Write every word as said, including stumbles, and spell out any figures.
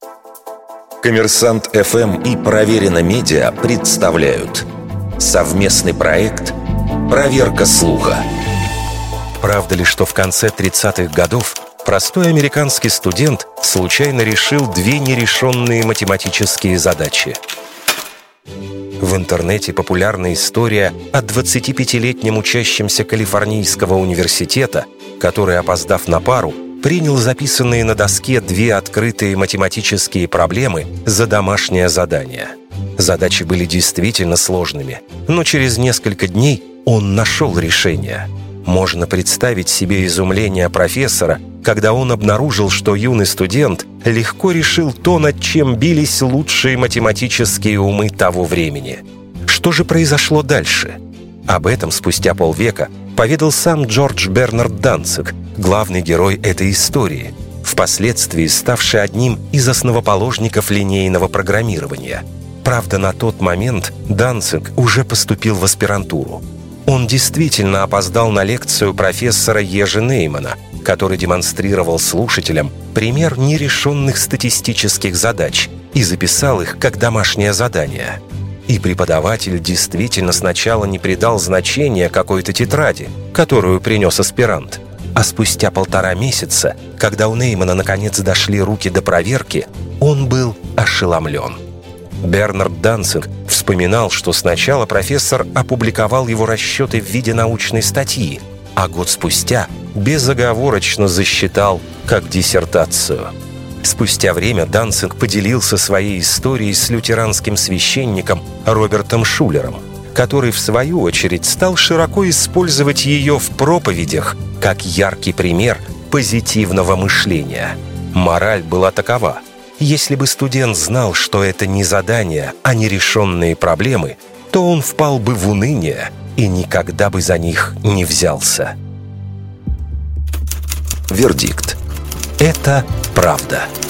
Коммерсант эф эм и Проверено Медиа представляют совместный проект «Проверка слуха». Правда ли, что в конце тридцатых годов простой американский студент случайно решил две нерешенные математические задачи? В интернете популярна история о двадцатипятилетнем учащемся Калифорнийского университета, который, опоздав на пару, принял записанные на доске две открытые математические проблемы за домашнее задание. Задачи были действительно сложными, но через несколько дней он нашел решение. Можно представить себе изумление профессора, когда он обнаружил, что юный студент легко решил то, над чем бились лучшие математические умы того времени. Что же произошло дальше? Об этом спустя полвека поведал сам Джордж Бернард Данциг, главный герой этой истории, впоследствии ставший одним из основоположников линейного программирования. Правда, на тот момент Данциг уже поступил в аспирантуру. Он действительно опоздал на лекцию профессора Ежи Неймана, который демонстрировал слушателям пример нерешенных статистических задач и записал их как домашнее задание. И преподаватель действительно сначала не придал значения какой-то тетради, которую принес аспирант. А спустя полтора месяца, когда у Неймана наконец дошли руки до проверки, он был ошеломлен. Бернард Данциг вспоминал, что сначала профессор опубликовал его расчеты в виде научной статьи, а год спустя безоговорочно засчитал как диссертацию. Спустя время Данциг поделился своей историей с лютеранским священником Робертом Шулером, который, в свою очередь, стал широко использовать ее в проповедях как яркий пример позитивного мышления. Мораль была такова: если бы студент знал, что это не задания, а нерешенные проблемы, то он впал бы в уныние и никогда бы за них не взялся. Вердикт. Это правда.